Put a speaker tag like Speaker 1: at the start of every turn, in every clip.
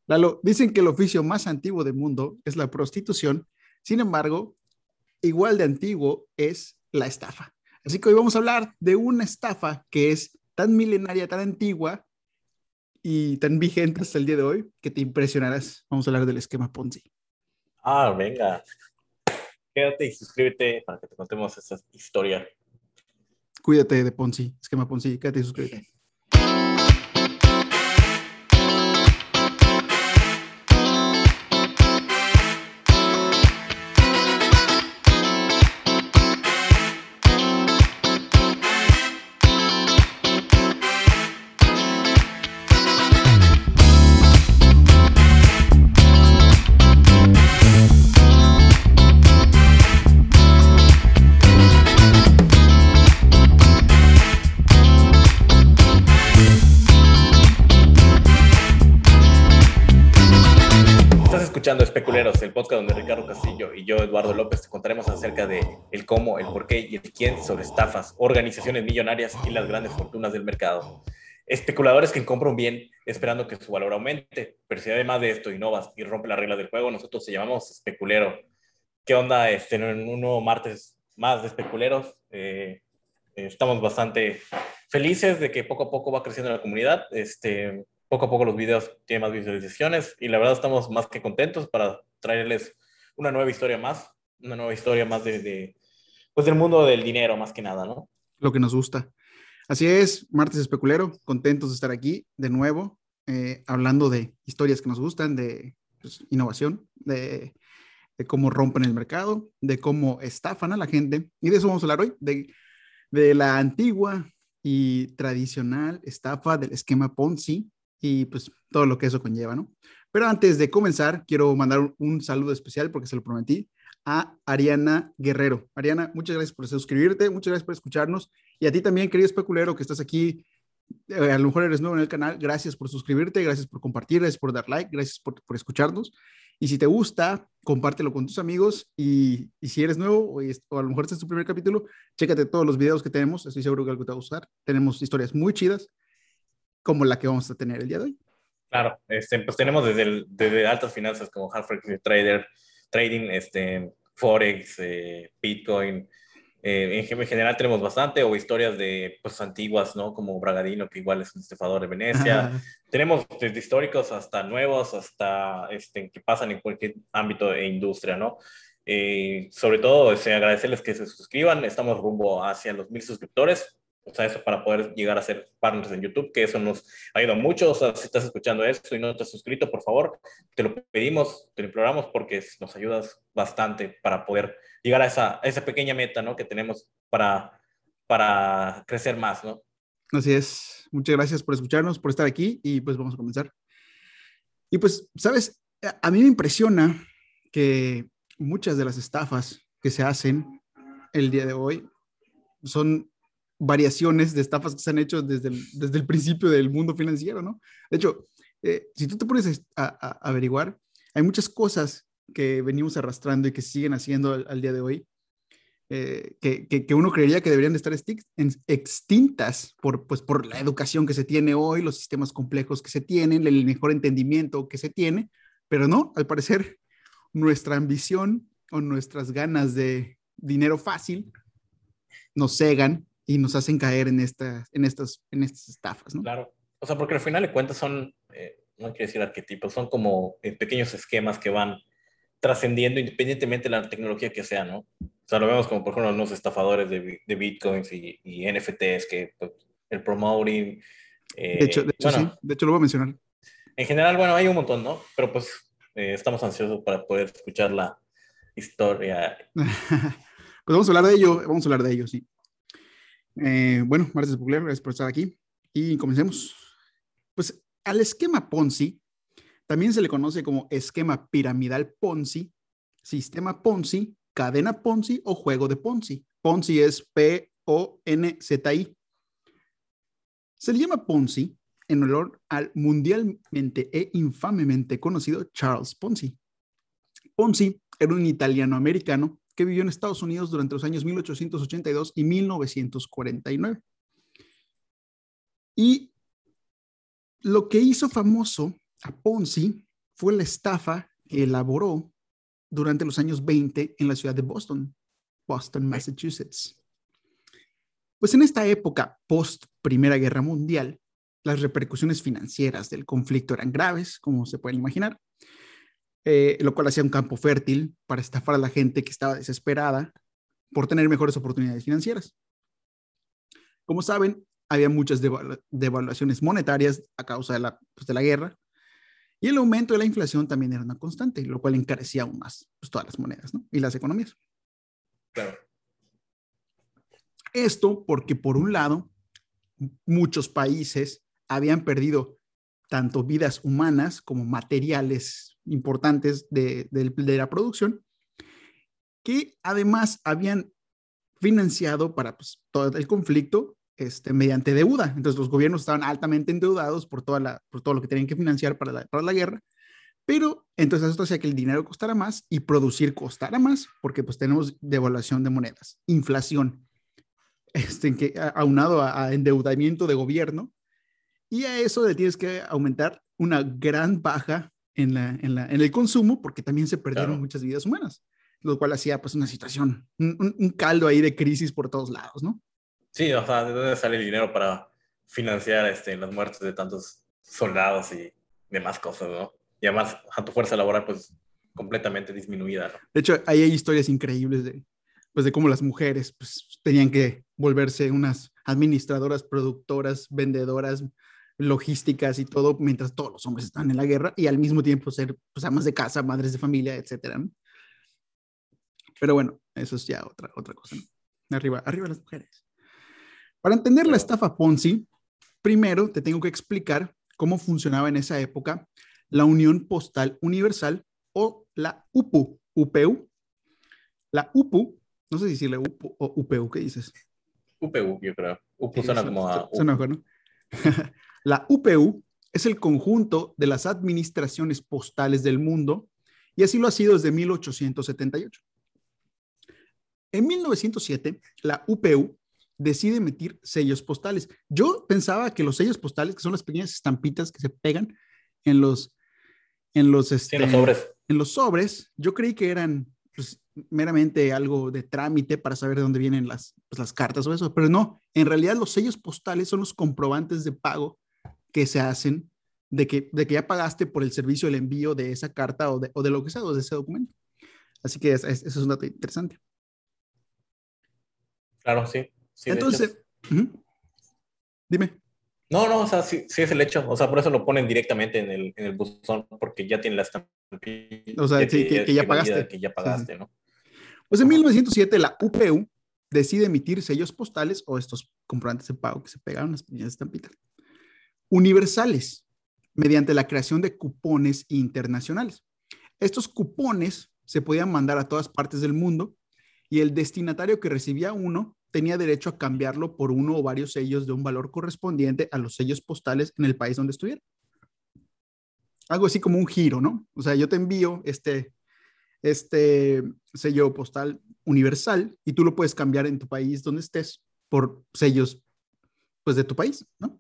Speaker 1: Lalo, dicen que el oficio más antiguo del mundo es la prostitución. Sin embargo, igual de antiguo es la estafa. Así que hoy vamos a hablar de una estafa que es tan milenaria, tan antigua y tan vigente hasta el día de hoy que te impresionarás. Vamos a hablar del esquema Ponzi.
Speaker 2: Venga, quédate y suscríbete para que te contemos esa historia.
Speaker 1: Cuídate de Ponzi, esquema Ponzi, quédate y suscríbete.
Speaker 2: Estás escuchando Especuleros, el podcast donde Ricardo Castillo y yo, Eduardo López, te contaremos acerca de el cómo, el por qué y el quién sobre estafas, organizaciones millonarias y las grandes fortunas del mercado. Especuladores que compran bien esperando que su valor aumente, pero si además de esto innovas y rompe las reglas del juego, nosotros te llamamos Especulero. ¿Qué onda? En un nuevo martes más de Especuleros. Estamos bastante felices de que poco a poco va creciendo la comunidad. Poco a poco los videos tienen más visualizaciones y la verdad estamos más que contentos para traerles una nueva historia más pues del mundo del dinero más que nada, ¿no?
Speaker 1: Lo que nos gusta. Así es, martes especulero, contentos de estar aquí de nuevo, hablando de historias que nos gustan, de pues, innovación, de cómo rompen el mercado, de cómo estafan a la gente. Y de eso vamos a hablar hoy, de la antigua y tradicional estafa del esquema Ponzi y pues todo lo que eso conlleva, ¿no? Pero antes de comenzar, quiero mandar un saludo especial, porque se lo prometí, a Ariana Guerrero. Ariana, muchas gracias por suscribirte, muchas gracias por escucharnos. Y a ti también, querido especulero, que estás aquí, a lo mejor eres nuevo en el canal, gracias por suscribirte, gracias por compartir, gracias por dar like, gracias por escucharnos. Y si te gusta, compártelo con tus amigos. Y si eres nuevo o a lo mejor este es tu primer capítulo, chécate todos los videos que tenemos. Estoy seguro que algo te va a gustar. Tenemos historias muy chidas, como la que vamos a tener el día de hoy.
Speaker 2: Claro, pues tenemos desde altas finanzas como hard frequency trader, trading, Forex, Bitcoin. En general tenemos bastante, o historias de pues antiguas, ¿no? Como Bragadino, que igual es un estafador de Venecia. Tenemos desde históricos hasta nuevos, hasta que pasan en cualquier ámbito e industria, ¿no? Sobre todo, agradecerles que se suscriban. Estamos rumbo hacia los 1,000 suscriptores. O sea, eso para poder llegar a ser partners en YouTube, que eso nos ayuda mucho. O sea, si estás escuchando esto y no te has suscrito, por favor, te lo pedimos, te lo imploramos, porque nos ayudas bastante para poder llegar a esa pequeña meta, ¿no? Que tenemos para crecer más, ¿no?
Speaker 1: Así es. Muchas gracias por escucharnos, por estar aquí y pues vamos a comenzar. Y pues, ¿sabes? A mí me impresiona que muchas de las estafas que se hacen el día de hoy son variaciones de estafas que se han hecho desde el principio del mundo financiero, ¿no? De hecho, si tú te pones a averiguar, hay muchas cosas que venimos arrastrando y que se siguen haciendo al día de hoy, que uno creería que deberían de estar extintas por la educación que se tiene hoy, los sistemas complejos que se tienen, el mejor entendimiento que se tiene, pero no, al parecer nuestra ambición o nuestras ganas de dinero fácil nos cegan y nos hacen caer en estas estafas, ¿no?
Speaker 2: Claro. O sea, porque al final de cuentas son, no quiero decir arquetipos, son como pequeños esquemas que van trascendiendo independientemente de la tecnología que sea, ¿no? O sea, lo vemos como, por ejemplo, unos estafadores de bitcoins y NFTs, que pues, el promoting,
Speaker 1: De hecho, sí,
Speaker 2: bueno,
Speaker 1: de hecho lo voy a mencionar.
Speaker 2: en general, bueno, hay un montón, ¿no? Pero pues estamos ansiosos para poder escuchar la historia.
Speaker 1: Pues vamos a hablar de ello, sí. Bueno, martes popular, gracias por estar aquí y comencemos. Pues al esquema Ponzi también se le conoce como esquema piramidal Ponzi, sistema Ponzi, cadena Ponzi o juego de Ponzi. Ponzi es Ponzi. Se le llama Ponzi en honor al mundialmente e infamemente conocido Charles Ponzi. Ponzi era un italiano-americano que vivió en Estados Unidos durante los años 1882 y 1949. Y lo que hizo famoso a Ponzi fue la estafa que elaboró durante los años 20 en la ciudad de Boston, Massachusetts. Pues en esta época, post Primera Guerra Mundial, las repercusiones financieras del conflicto eran graves, como se pueden imaginar, lo cual hacía un campo fértil para estafar a la gente que estaba desesperada por tener mejores oportunidades financieras. Como saben, había muchas devaluaciones monetarias a causa de la guerra, y el aumento de la inflación también era una constante, lo cual encarecía aún más pues, todas las monedas, ¿no? Y las economías.
Speaker 2: Claro.
Speaker 1: Esto porque, por un lado, muchos países habían perdido tanto vidas humanas como materiales importantes de la producción, que además habían financiado para pues, todo el conflicto mediante deuda. Entonces los gobiernos estaban altamente endeudados por todo lo que tenían que financiar para la guerra, pero entonces esto hacía que el dinero costara más y producir costara más, porque pues tenemos devaluación de monedas, inflación, aunado a endeudamiento de gobierno, y a eso le tienes que aumentar una gran baja en el consumo, porque también se perdieron
Speaker 2: Claro.
Speaker 1: muchas vidas humanas, lo cual hacía pues una situación, un caldo ahí de crisis por todos lados, ¿no?
Speaker 2: Sí, o sea, ¿de dónde sale el dinero para financiar las muertes de tantos soldados y demás cosas, ¿no? Y además a tu fuerza laboral pues completamente disminuida, ¿no?
Speaker 1: De hecho, ahí hay historias increíbles pues, de cómo las mujeres pues, tenían que volverse unas administradoras, productoras, vendedoras, logísticas y todo, mientras todos los hombres están en la guerra y al mismo tiempo ser pues, amas de casa, madres de familia, etcétera, ¿no? Pero bueno, eso es ya otra cosa, ¿no? Arriba las mujeres. Para entender la
Speaker 2: Pero,
Speaker 1: estafa Ponzi, primero te tengo que explicar cómo funcionaba en esa época la Unión Postal Universal o la UPU. La UPU, no sé si decirle UPU o UPU, ¿qué dices?
Speaker 2: UPU, yo creo. UPU
Speaker 1: Sí,
Speaker 2: suena como a
Speaker 1: suena
Speaker 2: UPU.
Speaker 1: mejor, ¿no? La UPU es el conjunto de las administraciones postales del mundo y así lo ha sido desde 1878. En 1907, la UPU decide emitir sellos postales. Yo pensaba que los sellos postales, que son las pequeñas estampitas que se pegan en
Speaker 2: Sí, en los sobres.
Speaker 1: en los sobres, yo creí que eran pues, meramente algo de trámite para saber de dónde vienen las cartas o eso, pero no, en realidad los sellos postales son los comprobantes de pago que se hacen de que ya pagaste por el servicio del envío de esa carta o de lo que sea, o de ese documento. Así que eso es un dato interesante.
Speaker 2: Claro, sí. Sí, de hecho.
Speaker 1: Entonces, dime.
Speaker 2: No, no, o sea, sí, sí es el hecho. O sea, por eso lo ponen directamente en el buzón, porque ya tiene la
Speaker 1: O sea,
Speaker 2: estampilla
Speaker 1: sí, que
Speaker 2: que
Speaker 1: ya
Speaker 2: valida
Speaker 1: pagaste.
Speaker 2: que ya
Speaker 1: Sí, sí.
Speaker 2: pagaste, ¿no?
Speaker 1: Pues en
Speaker 2: Ajá.
Speaker 1: 1907 la UPU decide emitir sellos postales o estos comprobantes de pago que se pegaron las pequeñas estampitas universales mediante la creación de cupones internacionales. Estos cupones se podían mandar a todas partes del mundo y el destinatario que recibía uno tenía derecho a cambiarlo por uno o varios sellos de un valor correspondiente a los sellos postales en el país donde estuviera. Algo así como un giro, ¿no? O sea, yo te envío este sello postal universal y tú lo puedes cambiar en tu país donde estés por sellos, pues, de tu país, ¿no?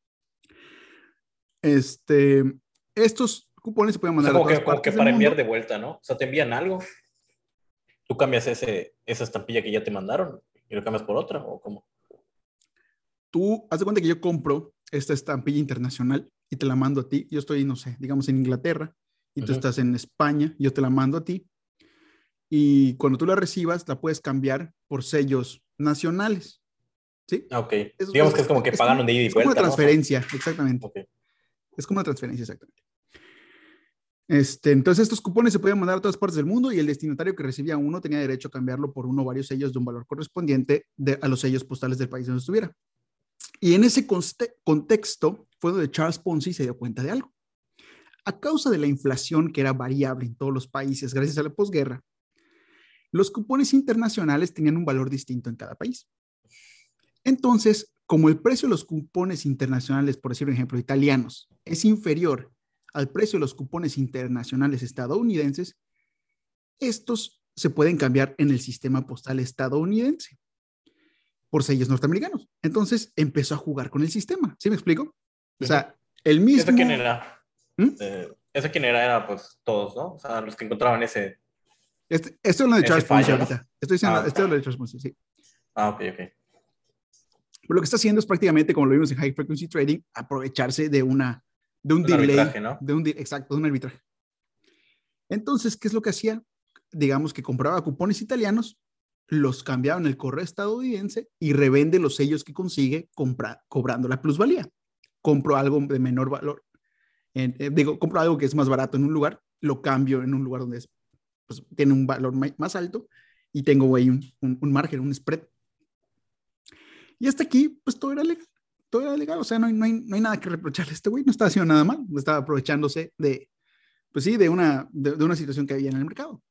Speaker 1: Este, estos cupones se pueden
Speaker 2: O sea,
Speaker 1: mandar a todas
Speaker 2: como que
Speaker 1: partes del
Speaker 2: para enviar
Speaker 1: mundo.
Speaker 2: de vuelta, ¿no? O sea, te envían algo, tú cambias esa estampilla que ya te mandaron y lo cambias por otra, ¿o cómo?
Speaker 1: Tú, haz de cuenta que yo compro esta estampilla internacional y te la mando a ti. Yo estoy, no sé, digamos en Inglaterra y tú
Speaker 2: Ujú.
Speaker 1: estás en España, yo te la mando a ti y cuando tú la recibas la puedes cambiar por sellos nacionales, ¿sí?
Speaker 2: Ah, ok.
Speaker 1: Es,
Speaker 2: Digamos
Speaker 1: es,
Speaker 2: que es como que
Speaker 1: es como,
Speaker 2: pagaron de ida y
Speaker 1: es como una
Speaker 2: vuelta, ¿no? O sea,
Speaker 1: transferencia, exactamente.
Speaker 2: ok.
Speaker 1: Es como una transferencia, exactamente. Entonces, estos cupones se podían mandar a todas partes del mundo y el destinatario que recibía uno tenía derecho a cambiarlo por uno o varios sellos de un valor correspondiente a los sellos postales del país donde estuviera. Y en ese contexto fue donde Charles Ponzi se dio cuenta de algo. A causa de la inflación que era variable en todos los países gracias a la posguerra, los cupones internacionales tenían un valor distinto en cada país. Entonces, como el precio de los cupones internacionales, por decir un ejemplo, italianos, es inferior al precio de los cupones internacionales estadounidenses, estos se pueden cambiar en el sistema postal estadounidense por sellos norteamericanos. Entonces empezó a jugar con el sistema. ¿Sí me explico? O
Speaker 2: Ujú.
Speaker 1: sea, el
Speaker 2: ¿Eso quién
Speaker 1: mismo.
Speaker 2: era?
Speaker 1: ¿Mm?
Speaker 2: ¿Ese quién era? Era pues todos, ¿no? O sea, los que encontraban
Speaker 1: Esto es lo de
Speaker 2: ese
Speaker 1: Charles Ponzi
Speaker 2: fallo, ¿no?
Speaker 1: ahorita. Estoy diciendo,
Speaker 2: Ah,
Speaker 1: esto es lo de Charles Ponzi, sí.
Speaker 2: ok, ok.
Speaker 1: Pero lo que está haciendo es prácticamente, como lo vimos en High Frequency Trading, aprovecharse de un
Speaker 2: Un
Speaker 1: delay,
Speaker 2: arbitraje, ¿no?
Speaker 1: exacto, de un arbitraje. Entonces, ¿qué es lo que hacía? Digamos que compraba cupones italianos, los cambiaba en el correo estadounidense y revende los sellos que consigue cobrando la plusvalía. Compro algo de menor valor, compro algo que es más barato en un lugar, lo cambio en un lugar donde pues, tiene un valor más alto y tengo ahí un margen, un spread. Y hasta aquí, pues todo era legal. Todo era legal, o sea, no hay nada que reprocharle a este güey, no estaba haciendo nada mal, no estaba aprovechándose pues sí, de una situación que había en el mercado.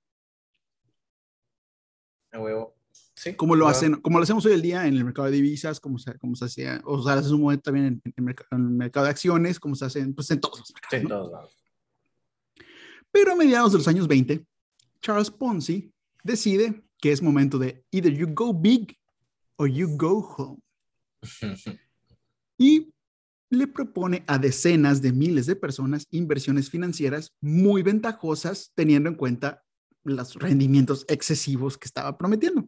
Speaker 2: A huevo. Sí,
Speaker 1: Como
Speaker 2: o
Speaker 1: lo
Speaker 2: sea,
Speaker 1: hacen, como lo hacemos hoy el día en el mercado de divisas, como se hacía, o sea, hace un momento también en el mercado de acciones, como se hacen pues, en todos los
Speaker 2: sí,
Speaker 1: mercados,
Speaker 2: en
Speaker 1: ¿no?
Speaker 2: todos lados.
Speaker 1: Pero a mediados de los años 20, Charles Ponzi decide que es momento de either you go big or you go home. Y le propone a decenas de miles de personas inversiones financieras muy ventajosas teniendo en cuenta los rendimientos excesivos que estaba prometiendo.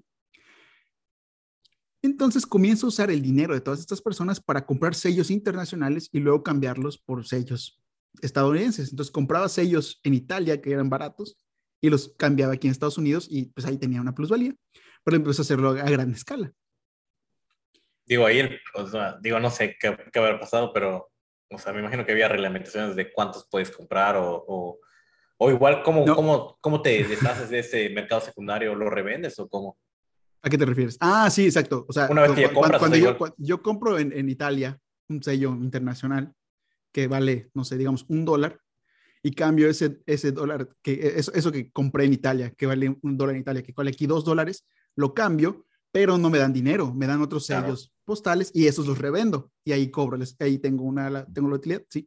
Speaker 1: Entonces comienza a usar el dinero de todas estas personas para comprar sellos internacionales y luego cambiarlos por sellos estadounidenses. Entonces compraba sellos en Italia que eran baratos y los cambiaba aquí en Estados Unidos y pues ahí tenía una plusvalía, pero empezó a hacerlo a gran escala.
Speaker 2: Digo, ahí, o sea, digo, no sé qué habrá pasado, pero, o sea, me imagino que había reglamentaciones de cuántos puedes comprar o igual,
Speaker 1: No,
Speaker 2: ¿cómo te deshaces de ese mercado secundario? ¿Lo revendes o cómo?
Speaker 1: ¿a qué te refieres? Ah, sí, exacto. O sea,
Speaker 2: Una vez que ya compras, o sea, igual.
Speaker 1: cuando yo compro en Italia un sello internacional que vale, no sé, digamos, $1 y cambio ese dólar, eso que compré en Italia, que vale $1 en Italia, que vale aquí $2, lo cambio, pero no me dan dinero, me dan otros
Speaker 2: Claro.
Speaker 1: sellos postales y esos los revendo y ahí cobro, ahí tengo la utilidad, sí.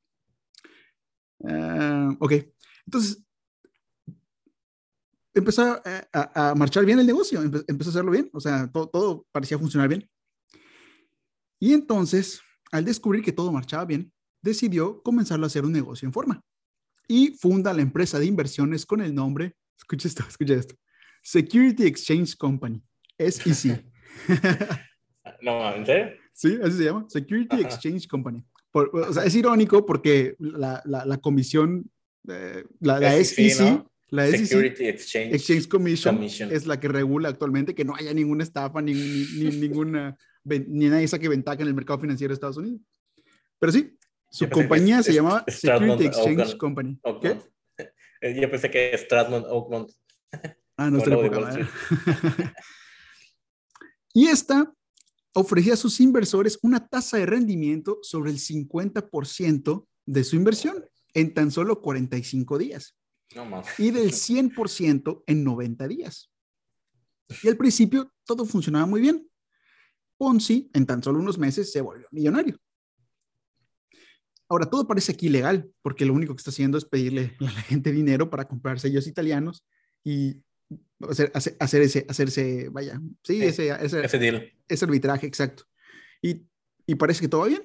Speaker 1: Ok, entonces empezó a marchar bien el negocio, empezó a hacerlo bien, o sea, todo parecía funcionar bien. Y entonces, al descubrir que todo marchaba bien, decidió comenzarlo a hacer un negocio en forma y funda la empresa de inversiones con el nombre, escucha esto, Security Exchange Company, SEC.
Speaker 2: No, ¿en serio?
Speaker 1: Sí, así se llama, Security
Speaker 2: Ajá.
Speaker 1: Exchange Company. O sea, es irónico porque la comisión, la
Speaker 2: SEC,
Speaker 1: SEC,
Speaker 2: ¿no?
Speaker 1: la SEC,
Speaker 2: Security
Speaker 1: Exchange
Speaker 2: Exchange
Speaker 1: Commission,
Speaker 2: Commission.
Speaker 1: es la que regula actualmente que no haya ninguna estafa ni ninguna, ni nadie saque ventaja en el mercado financiero de Estados Unidos. Pero sí,
Speaker 2: Yo
Speaker 1: su
Speaker 2: pensé que
Speaker 1: compañía se
Speaker 2: es
Speaker 1: llamaba Security
Speaker 2: Stratmont
Speaker 1: Exchange
Speaker 2: Oakmont.
Speaker 1: Company.
Speaker 2: Oakmont.
Speaker 1: ¿Qué?
Speaker 2: Yo pensé que es Stratmont Oakmont,
Speaker 1: Ah, no,
Speaker 2: como el
Speaker 1: estoy de
Speaker 2: logo de
Speaker 1: poca
Speaker 2: Wall
Speaker 1: madre.
Speaker 2: Street.
Speaker 1: Y esta ofrecía a sus inversores una tasa de rendimiento sobre el 50% de su inversión en tan solo 45 días
Speaker 2: No mames.
Speaker 1: y del 100% en 90 días. Y al principio todo funcionaba muy bien. Ponzi en tan solo unos meses se volvió millonario. Ahora, todo parece aquí ilegal, porque lo único que está haciendo es pedirle a la gente dinero para comprar sellos italianos y hacerse, vaya, sí,
Speaker 2: Sí, ese deal.
Speaker 1: ese arbitraje exacto. Y, y parece que todo va bien.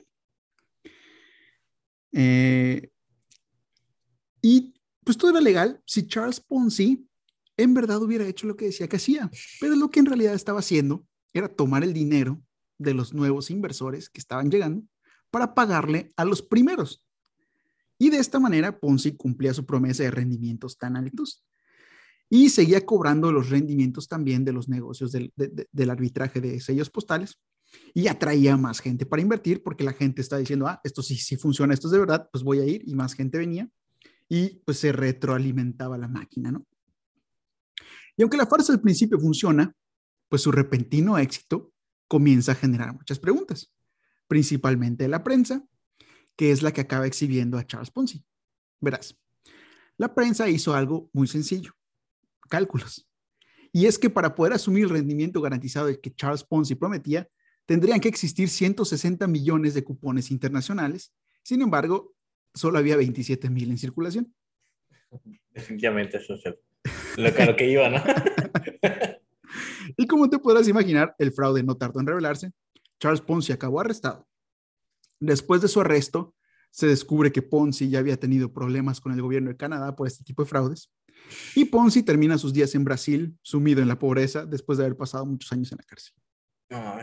Speaker 1: Eh, y pues todo era legal si Charles Ponzi en verdad hubiera hecho lo que decía que hacía, pero lo que en realidad estaba haciendo era tomar el dinero de los nuevos inversores que estaban llegando para pagarle a los primeros. Y de esta manera Ponzi cumplía su promesa de rendimientos tan altos y seguía cobrando los rendimientos también de los negocios del arbitraje de sellos postales y atraía más gente para invertir porque la gente estaba diciendo, esto sí funciona, esto es de verdad, pues voy a ir y más gente venía y pues se retroalimentaba la máquina, ¿no? Y aunque la farsa al principio funciona, pues su repentino éxito comienza a generar muchas preguntas, principalmente de la prensa, que es la que acaba exhibiendo a Charles Ponzi. Verás, la prensa hizo algo muy sencillo, cálculos. Y es que para poder asumir el rendimiento garantizado del que Charles Ponzi prometía, tendrían que existir 160 millones de cupones internacionales. Sin embargo, solo había 27,000 en circulación.
Speaker 2: Definitivamente eso es lo que iba, ¿no?
Speaker 1: Y como te podrás imaginar, el fraude no tardó en revelarse. Charles Ponzi acabó arrestado. Después de su arresto, Se descubre que Ponzi ya había tenido problemas con el gobierno de Canadá por este tipo de fraudes. Y Ponzi termina sus días en Brasil, sumido en la pobreza, después de haber pasado muchos años en la cárcel.
Speaker 2: No,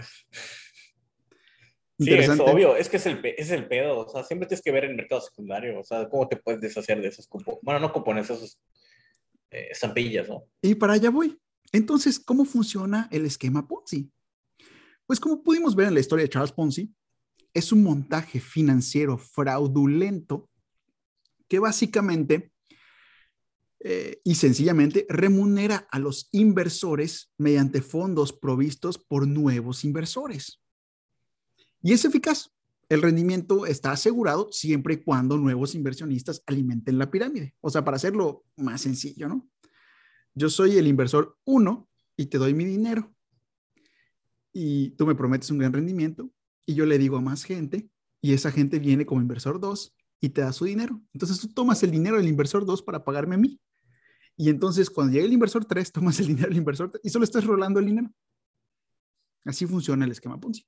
Speaker 2: sí, es
Speaker 1: Interesante.
Speaker 2: obvio, es que es el pedo, o sea, siempre tienes que ver el mercado secundario, o sea, cómo te puedes deshacer de esos cupones, bueno, no cupones, esos estampillas, ¿no?
Speaker 1: Y para allá voy. Entonces, ¿cómo funciona el esquema Ponzi? Pues como pudimos ver en la historia de Charles Ponzi, es un montaje financiero fraudulento que básicamente y sencillamente remunera a los inversores mediante fondos provistos por nuevos inversores. Y es eficaz. El rendimiento está asegurado siempre y cuando nuevos inversionistas alimenten la pirámide. O sea, para hacerlo más sencillo, ¿no? Yo soy el inversor 1 y te doy mi dinero. Y tú me prometes un gran rendimiento y yo le digo a más gente y esa gente viene como inversor 2 y te da su dinero. Entonces tú tomas el dinero del inversor 2 para pagarme a mí. Y entonces cuando llegue el inversor 3 tomas el dinero del inversor 3 y solo estás rolando el dinero. Así funciona el esquema Ponzi.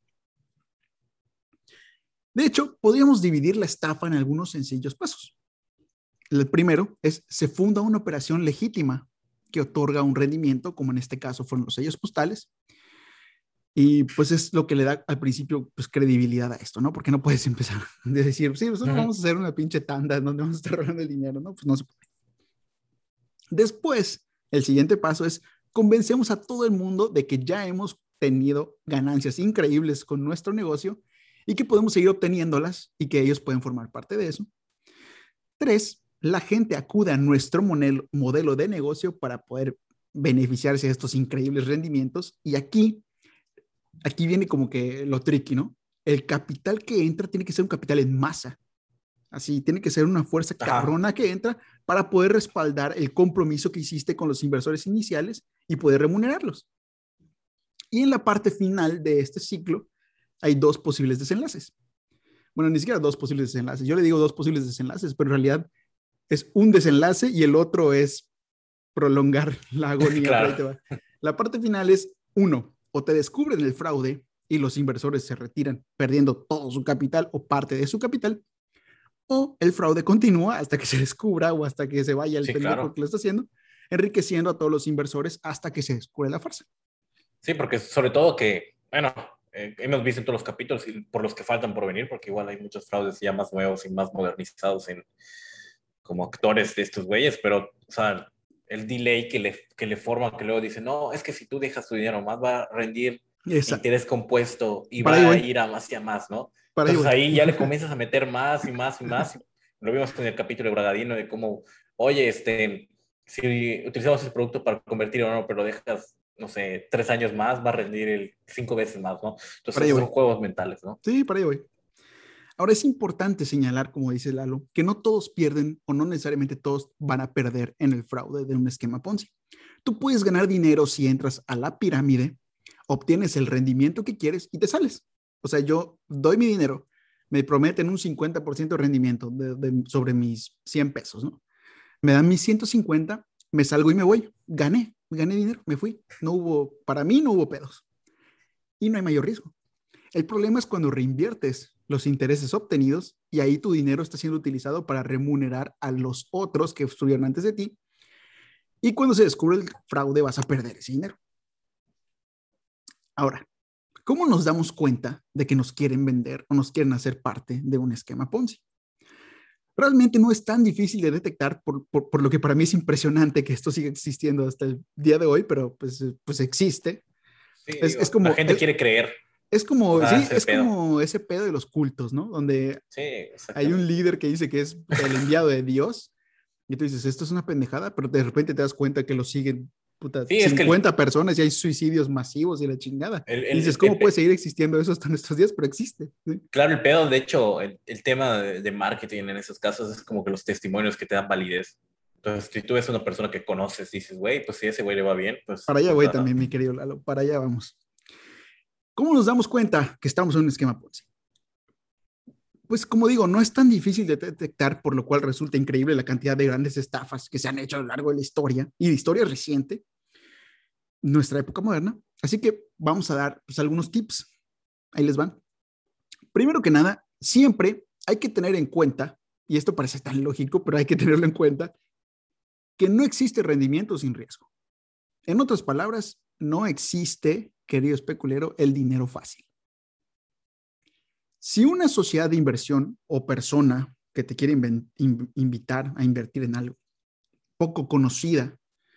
Speaker 1: De hecho, podríamos dividir la estafa en algunos sencillos pasos. El primero es, se funda una operación legítima que otorga un rendimiento, como en este caso fueron los sellos postales, y pues es lo que le da al principio pues credibilidad a esto, ¿no? Porque no puedes empezar a decir, sí, nosotros vamos a hacer una pinche tanda donde vamos a estar rolando el dinero, ¿no? Pues no se puede. Después, el siguiente paso es, convencemos a todo el mundo de que ya hemos tenido ganancias increíbles con nuestro negocio y que podemos seguir obteniéndolas y que ellos pueden formar parte de eso. 3, la gente acude a nuestro modelo de negocio para poder beneficiarse de estos increíbles rendimientos. Y aquí viene como que lo tricky, ¿no? El capital que entra tiene que ser un capital en masa. Así, tiene que ser una fuerza
Speaker 2: Ajá.
Speaker 1: cabrona que entra para poder respaldar el compromiso que hiciste con los inversores iniciales y poder remunerarlos. Y en la parte final de este ciclo hay dos posibles desenlaces. Bueno, ni siquiera dos posibles desenlaces. Yo le digo dos posibles desenlaces, pero en realidad es un desenlace y el otro es prolongar la agonía, pero ahí
Speaker 2: Claro.
Speaker 1: te va. La parte final es, uno, o te descubren el fraude y los inversores se retiran perdiendo todo su capital o parte de su capital, o el fraude continúa hasta que se descubra o hasta que se vaya el
Speaker 2: Sí,
Speaker 1: pendejo
Speaker 2: claro.
Speaker 1: que lo está haciendo, enriqueciendo a todos los inversores hasta que se descubre la farsa.
Speaker 2: Sí, porque sobre todo que, bueno, hemos visto en todos los capítulos y por los que faltan por venir, porque igual hay muchos fraudes ya más nuevos y más modernizados en, como actores de estos güeyes, pero, o sea, el delay que le forman, que luego dicen, no, es que si tú dejas tu dinero más, va a rendir
Speaker 1: Esa,
Speaker 2: interés compuesto y
Speaker 1: para ahí
Speaker 2: va a
Speaker 1: voy,
Speaker 2: ir a más y a más, ¿no?
Speaker 1: para ahí
Speaker 2: Entonces
Speaker 1: voy.
Speaker 2: ahí ya le comienzas a meter más y más y más. Lo vimos en el capítulo de Bragadino de cómo, oye, si utilizamos ese producto para convertir o no, pero lo dejas, no sé, 3 años más, va a rendir 5 veces más, ¿no?
Speaker 1: Para
Speaker 2: Entonces
Speaker 1: ahí
Speaker 2: esos son
Speaker 1: voy.
Speaker 2: juegos mentales, ¿no?
Speaker 1: Sí, para ahí voy. Ahora es importante señalar, como dice Lalo, que no todos pierden o no necesariamente todos van a perder en el fraude de un esquema Ponzi. Tú puedes ganar dinero si entras a la pirámide, obtienes el rendimiento que quieres y te sales. O sea, yo doy mi dinero, me prometen un 50% de rendimiento sobre mis 100 pesos, ¿no? Me dan mis 150, me salgo y me voy. Gané dinero, me fui. No hubo, para mí no hubo pedos. Y no hay mayor riesgo. El problema es cuando reinviertes los intereses obtenidos y ahí tu dinero está siendo utilizado para remunerar a los otros que estuvieron antes de ti. Y cuando se descubre el fraude vas a perder ese dinero. Ahora, ¿cómo nos damos cuenta de que nos quieren vender o nos quieren hacer parte de un esquema Ponzi? Realmente no es tan difícil de detectar, por lo que para mí es impresionante que esto siga existiendo hasta el día de hoy, pero pues existe.
Speaker 2: Sí,
Speaker 1: Es
Speaker 2: digo, la
Speaker 1: como,
Speaker 2: gente quiere creer, o sea,
Speaker 1: sí,
Speaker 2: es el
Speaker 1: es
Speaker 2: pedo.
Speaker 1: como ese pedo de los cultos, ¿no? Donde
Speaker 2: Sí,
Speaker 1: hay un
Speaker 2: exactamente.
Speaker 1: líder que dice que es puta, el enviado de Dios y tú dices, esto es una pendejada, pero de repente te das cuenta que lo siguen puta,
Speaker 2: Sí, es que
Speaker 1: 50 personas y hay suicidios masivos y la chingada.
Speaker 2: el,
Speaker 1: Y dices,
Speaker 2: el,
Speaker 1: ¿cómo puede seguir existiendo eso hasta nuestros días? Pero existe. ¿Sí?
Speaker 2: claro, el pedo, de hecho, el tema de marketing en esos casos es como que los testimonios que te dan validez. Entonces, si tú ves a una persona que conoces, dices, güey, pues si a ese güey le va bien, pues,
Speaker 1: Para allá
Speaker 2: o
Speaker 1: voy
Speaker 2: sea,
Speaker 1: también, mi querido Lalo, para allá vamos. ¿Cómo nos damos cuenta que estamos en un esquema Ponzi? Pues como digo, no es tan difícil de detectar, por lo cual resulta increíble la cantidad de grandes estafas que se han hecho a lo largo de la historia y de historia reciente, nuestra época moderna. Así que vamos a dar pues, algunos tips. Ahí les van. Primero que nada, siempre hay que tener en cuenta, y esto parece tan lógico, pero hay que tenerlo en cuenta, que no existe rendimiento sin riesgo. En otras palabras, no existe, querido especulero, el dinero fácil. Si una sociedad de inversión o persona que te quiere invitar a invertir en algo poco conocida,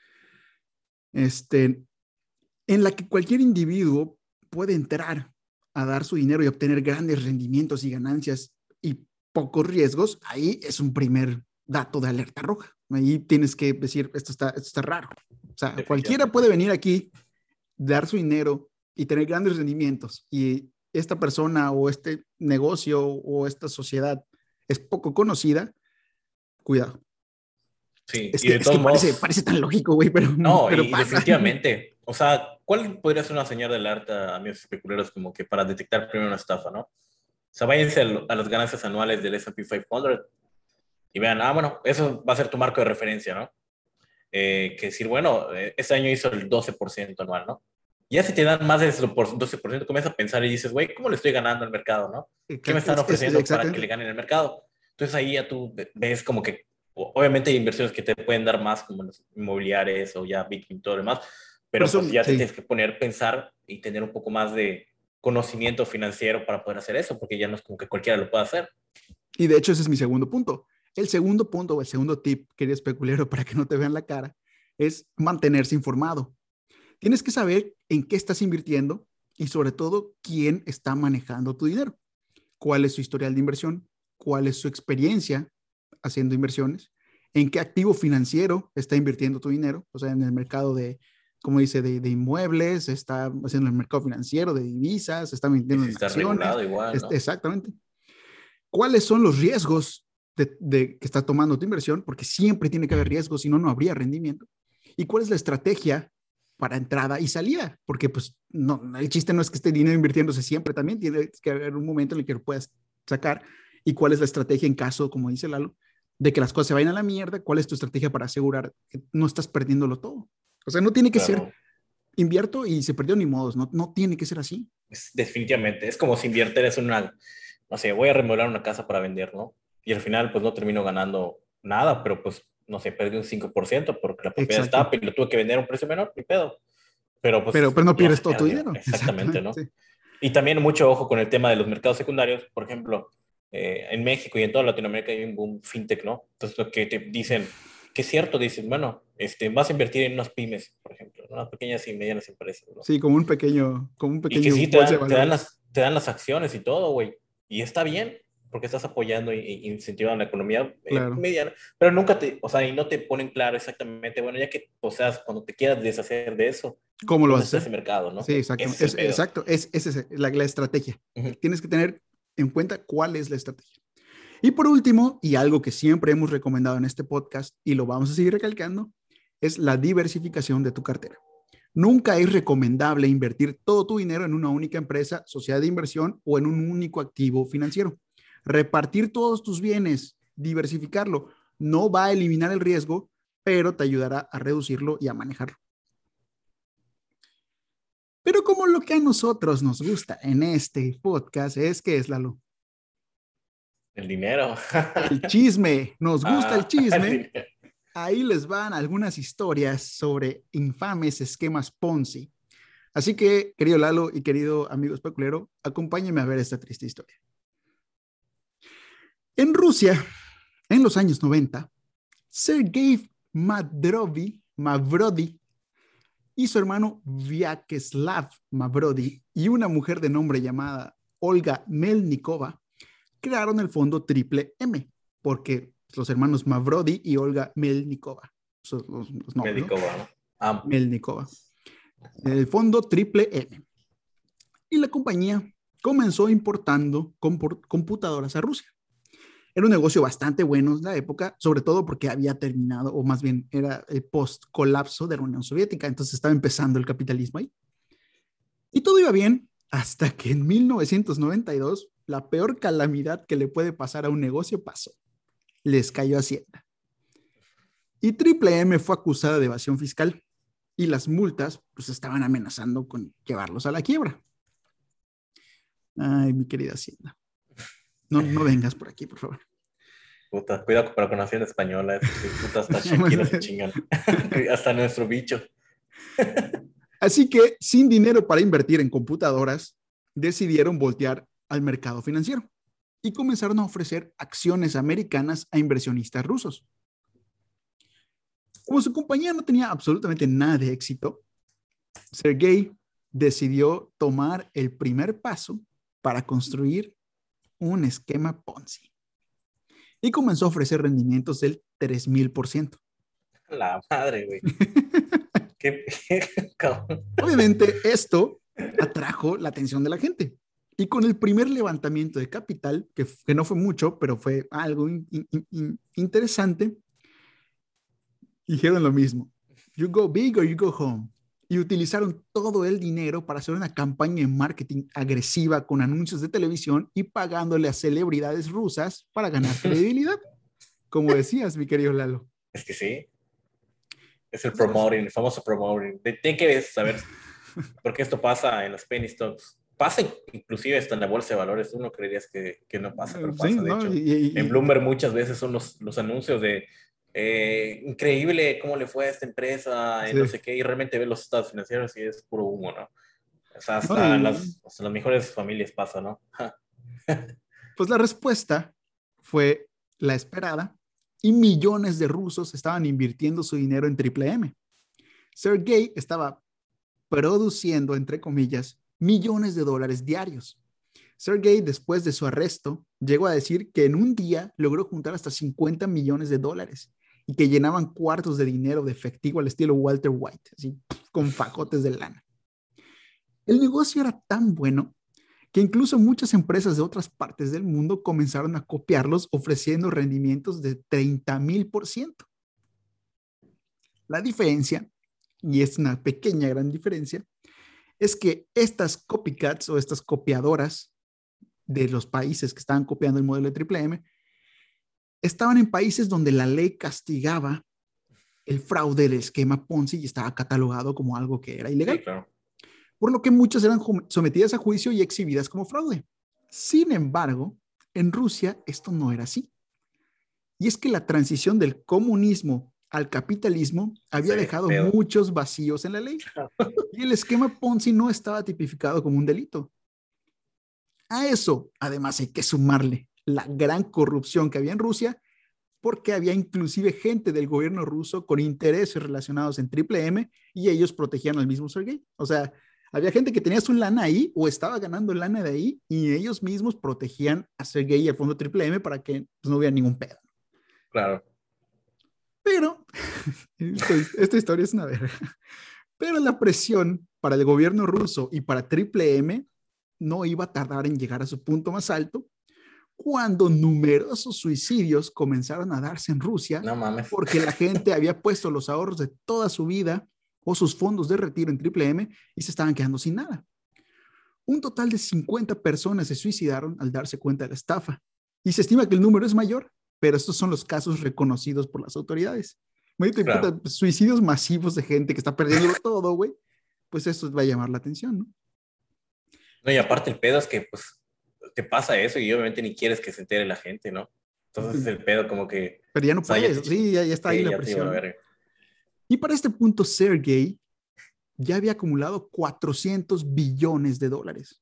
Speaker 1: en la que cualquier individuo puede entrar a dar su dinero y obtener grandes rendimientos y ganancias y pocos riesgos, ahí es un primer dato de alerta roja. Ahí tienes que decir, esto está raro. O sea, cualquiera puede venir aquí, dar su dinero y tener grandes rendimientos, y esta persona o este negocio o esta sociedad es poco conocida, cuidado.
Speaker 2: Sí,
Speaker 1: Es
Speaker 2: y
Speaker 1: que,
Speaker 2: de
Speaker 1: es que
Speaker 2: todos modos,
Speaker 1: parece tan lógico, güey,
Speaker 2: no,
Speaker 1: pero
Speaker 2: y
Speaker 1: pasa.
Speaker 2: definitivamente, o sea, ¿cuál podría ser una señal de alerta, amigos especuleros, como que para detectar primero una estafa, ¿no? O sea, váyanse a las ganancias anuales del S&P 500 y vean, bueno, eso va a ser tu marco de referencia, ¿no? Que decir, bueno, este año hizo el 12% anual, ¿no? Ya si te dan más de eso por 12%, comienzas a pensar y dices, güey, ¿cómo le estoy ganando al mercado, no? ¿Qué me están ofreciendo para que le
Speaker 1: Exactamente.
Speaker 2: gane el mercado? Entonces ahí ya tú ves como que, obviamente hay inversiones que te pueden dar más, como los inmobiliarios o ya Bitcoin y todo lo demás,
Speaker 1: Pero
Speaker 2: pero
Speaker 1: eso,
Speaker 2: pues ya te
Speaker 1: sí.
Speaker 2: tienes que poner, pensar y tener un poco más de conocimiento financiero para poder hacer eso, porque ya no es como que cualquiera lo pueda hacer.
Speaker 1: Y de hecho ese es mi segundo punto. El segundo punto o el segundo tip, querido especulero, para que no te vean la cara, es mantenerse informado. Tienes que saber en qué estás invirtiendo y sobre todo quién está manejando tu dinero. ¿Cuál es su historial de inversión? ¿Cuál es su experiencia haciendo inversiones? ¿En qué activo financiero está invirtiendo tu dinero? O sea, en el mercado de, como dice, de inmuebles, está haciendo el mercado financiero, de divisas, está
Speaker 2: Y
Speaker 1: invirtiendo
Speaker 2: si
Speaker 1: en
Speaker 2: está
Speaker 1: acciones.
Speaker 2: regulado igual, ¿no?
Speaker 1: Exactamente. ¿Cuáles son los riesgos que está tomando tu inversión? Porque siempre tiene que haber riesgos, si no, no habría rendimiento. ¿Y cuál es la estrategia para entrada y salida? Porque pues no, el chiste no es que esté dinero invirtiéndose siempre, también tiene que haber un momento en el que lo puedas sacar. ¿Y cuál es la estrategia en caso, como dice Lalo, de que las cosas se vayan a la mierda? ¿Cuál es tu estrategia para asegurar que no estás perdiéndolo todo? O sea, no tiene que ser
Speaker 2: Claro.
Speaker 1: invierto y se perdió ni modos, no, no tiene que ser así.
Speaker 2: Definitivamente, es como si invirtieras en una, no sé, voy a remodelar una casa para vender, ¿no? Y al final, pues no termino ganando nada, pero pues, no sé, perdí un 5% porque la propiedad
Speaker 1: Exacto.
Speaker 2: está y lo tuve que vender a un precio menor, ni pedo. Pero pues
Speaker 1: Pero no
Speaker 2: no
Speaker 1: pierdes
Speaker 2: se
Speaker 1: todo tu
Speaker 2: perdió,
Speaker 1: dinero.
Speaker 2: exactamente, ¿no?
Speaker 1: Exactamente.
Speaker 2: Y también mucho ojo con el tema de los mercados secundarios, por ejemplo, en México y en toda Latinoamérica hay un boom fintech, ¿no? Entonces, lo que te dicen, que es cierto, dicen, bueno, vas a invertir en unas pymes, por ejemplo, ¿no? Unas pequeñas y medianas empresas, ¿no?
Speaker 1: Sí, como un
Speaker 2: Y que
Speaker 1: pequeño
Speaker 2: sí
Speaker 1: bolsa de
Speaker 2: te dan
Speaker 1: valores.
Speaker 2: te dan las acciones y todo, güey. Y está bien, porque estás apoyando y incentivando la economía
Speaker 1: Claro.
Speaker 2: mediana. Pero nunca o sea, y no te ponen claro exactamente, bueno, ya que, o sea, cuando te quieras deshacer de eso,
Speaker 1: ¿Cómo lo
Speaker 2: ¿dónde
Speaker 1: vas a
Speaker 2: está ese
Speaker 1: hacer?
Speaker 2: mercado, no?
Speaker 1: Sí,
Speaker 2: Ese
Speaker 1: exacto.
Speaker 2: es el pedo.
Speaker 1: Exacto. Esa es la estrategia.
Speaker 2: Ujú.
Speaker 1: Tienes que tener en cuenta cuál es la estrategia. Y por último, y algo que siempre hemos recomendado en este podcast y lo vamos a seguir recalcando, es la diversificación de tu cartera. Nunca es recomendable invertir todo tu dinero en una única empresa, sociedad de inversión o en un único activo financiero. Repartir todos tus bienes, diversificarlo, no va a eliminar el riesgo, pero te ayudará a reducirlo y a manejarlo. Pero como lo que a nosotros nos gusta en este podcast es que es Lalo.
Speaker 2: El dinero.
Speaker 1: El chisme, nos gusta el
Speaker 2: El
Speaker 1: chisme.
Speaker 2: dinero.
Speaker 1: Ahí les van algunas historias sobre infames esquemas Ponzi. Así que, querido Lalo y querido amigo especulero, acompáñenme a ver esta triste historia. En Rusia, en los años 90, Sergei Mavrodi y su hermano Vyacheslav Mavrodi y una mujer de nombre llamada Olga Melnikova crearon el fondo Triple M, porque los hermanos Mavrodi y Olga Melnikova son los nombres, ¿no?
Speaker 2: Médico, bueno.
Speaker 1: Melnikova. El fondo Triple M. Y la compañía comenzó importando computadoras a Rusia. Era un negocio bastante bueno en la época, sobre todo porque había terminado, o más bien era el post-colapso de la Unión Soviética, entonces estaba empezando el capitalismo ahí. Y todo iba bien hasta que en 1992 la peor calamidad que le puede pasar a un negocio pasó. Les cayó Hacienda. Y Triple M fue acusada de evasión fiscal y las multas pues estaban amenazando con llevarlos a la quiebra. Ay, mi querida Hacienda. no vengas por aquí, por favor.
Speaker 2: Puta, cuidado para con la Hacienda española. Puta, hasta Shakira se chingan. Hasta nuestro bicho.
Speaker 1: Así que, sin dinero para invertir en computadoras, decidieron voltear al mercado financiero y comenzaron a ofrecer acciones americanas a inversionistas rusos. Como su compañía no tenía absolutamente nada de éxito, Sergey decidió tomar el primer paso para construir un esquema Ponzi y comenzó a ofrecer rendimientos del 3000%.
Speaker 2: La madre, güey. ¿Qué?
Speaker 1: Obviamente, esto atrajo la atención de la gente. Y con el primer levantamiento de capital, que no fue mucho, pero fue algo interesante, dijeron lo mismo. You go big or you go home. Y utilizaron todo el dinero para hacer una campaña de marketing agresiva con anuncios de televisión y pagándole a celebridades rusas para ganar credibilidad. Como decías, mi querido Lalo.
Speaker 2: Es que sí. Es el promoting, el famoso promoting. Tienen que saber por qué esto pasa en los penny stocks. Pasa inclusive hasta en la bolsa de valores. Uno creerías que no pasa, pero pasa, sí, de hecho. En Bloomberg muchas veces son los anuncios de increíble cómo le fue a esta empresa, sí, no sé qué, y realmente ves los estados financieros y es puro humo, ¿no? O sea, hasta las mejores familias pasa, ¿no?
Speaker 1: Pues la respuesta fue la esperada y millones de rusos estaban invirtiendo su dinero en Triple M. Sergey estaba produciendo, entre comillas, millones de dólares diarios. Sergey, después de su arresto, llegó a decir que en un día logró juntar hasta 50 millones de dólares y que llenaban cuartos de dinero de efectivo al estilo Walter White, así con fajotes de lana. El negocio era tan bueno que incluso muchas empresas de otras partes del mundo comenzaron a copiarlos ofreciendo rendimientos de 30,000%. La diferencia, y es una pequeña gran diferencia, es que estas copycats o estas copiadoras de los países que estaban copiando el modelo de Triple M estaban en países donde la ley castigaba el fraude del esquema Ponzi y estaba catalogado como algo que era ilegal. Sí, claro. Por lo que muchas eran sometidas a juicio y exhibidas como fraude. Sin embargo, en Rusia esto no era así. Y es que la transición del comunismo al capitalismo había dejado muchos vacíos en la ley. Y el esquema Ponzi no estaba tipificado como un delito. A eso, además, hay que sumarle la gran corrupción que había en Rusia, porque había inclusive gente del gobierno ruso con intereses relacionados en Triple M y ellos protegían al mismo Sergey. O sea, había gente que tenía su lana ahí o estaba ganando lana de ahí y ellos mismos protegían a Sergey y al fondo Triple M para que pues, no hubiera ningún pedo.
Speaker 2: Claro.
Speaker 1: Pero, esta historia es una verga. Pero la presión para el gobierno ruso y para Triple M no iba a tardar en llegar a su punto más alto cuando numerosos suicidios comenzaron a darse en Rusia,
Speaker 2: no mames,
Speaker 1: porque la gente había puesto los ahorros de toda su vida o sus fondos de retiro en Triple M y se estaban quedando sin nada. Un total de 50 personas se suicidaron al darse cuenta de la estafa y se estima que el número es mayor, pero estos son los casos reconocidos por las autoridades. Claro. Puta, suicidios masivos de gente que está perdiendo todo, güey, pues eso va a llamar la atención, ¿no?
Speaker 2: No, y aparte el pedo es que, pues, te pasa eso y obviamente ni quieres que se entere la gente, ¿no? Entonces el pedo como que...
Speaker 1: Pero ya no puedes, sí, ya está ahí la presión. Y para este punto, Sergey ya había acumulado 400 billones de dólares.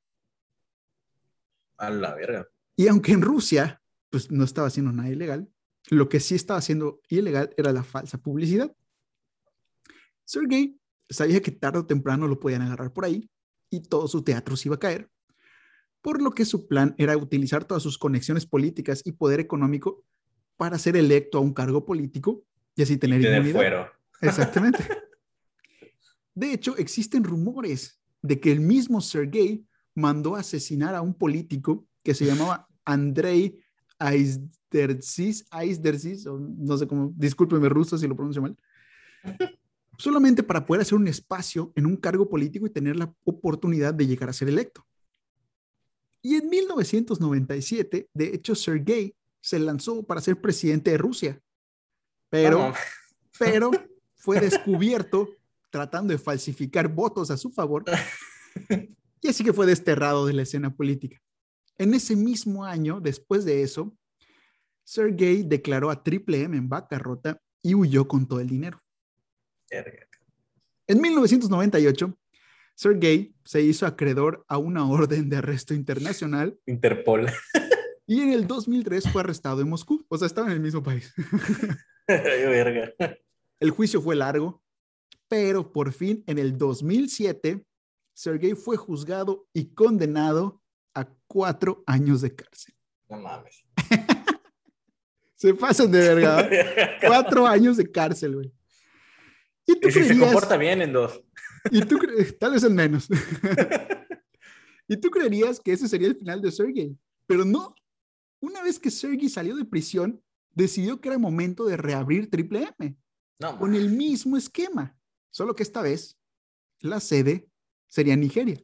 Speaker 2: A la verga.
Speaker 1: Y aunque en Rusia, pues no estaba haciendo nada ilegal, lo que sí estaba haciendo ilegal era la falsa publicidad. Sergey sabía que tarde o temprano lo podían agarrar por ahí y todo su teatro se iba a caer, por lo que su plan era utilizar todas sus conexiones políticas y poder económico para ser electo a un cargo político y así tener inmunidad.
Speaker 2: Fuero.
Speaker 1: Exactamente. De hecho, existen rumores de que el mismo Sergey mandó a asesinar a un político que se llamaba Andrei Aizdersis, o no sé cómo, discúlpeme ruso si lo pronuncio mal, solamente para poder hacer un espacio en un cargo político y tener la oportunidad de llegar a ser electo. Y en 1997, de hecho, Sergey se lanzó para ser presidente de Rusia, pero fue descubierto tratando de falsificar votos a su favor y así que fue desterrado de la escena política. En ese mismo año, después de eso, Sergey declaró a Triple M en bancarrota y huyó con todo el dinero.
Speaker 2: Verga.
Speaker 1: En 1998, Sergey se hizo acreedor a una orden de arresto internacional
Speaker 2: Interpol.
Speaker 1: y en el 2003 fue arrestado en Moscú. O sea, estaba en el mismo país.
Speaker 2: Verga.
Speaker 1: El juicio fue largo, pero por fin en el 2007, Sergey fue juzgado y condenado a 4 años de cárcel.
Speaker 2: No mames.
Speaker 1: Se pasan de verga. 4 años de cárcel, güey. ¿Y tú
Speaker 2: Y si se
Speaker 1: creerías?
Speaker 2: comporta bien en 2.
Speaker 1: ¿Y tú tal vez en menos? ¿Y tú creerías que ese sería el final de Sergey? Pero no. Una vez que Sergey salió de prisión, decidió que era momento de reabrir Triple M
Speaker 2: No
Speaker 1: con el
Speaker 2: mames.
Speaker 1: mismo esquema, solo que esta vez la sede sería Nigeria.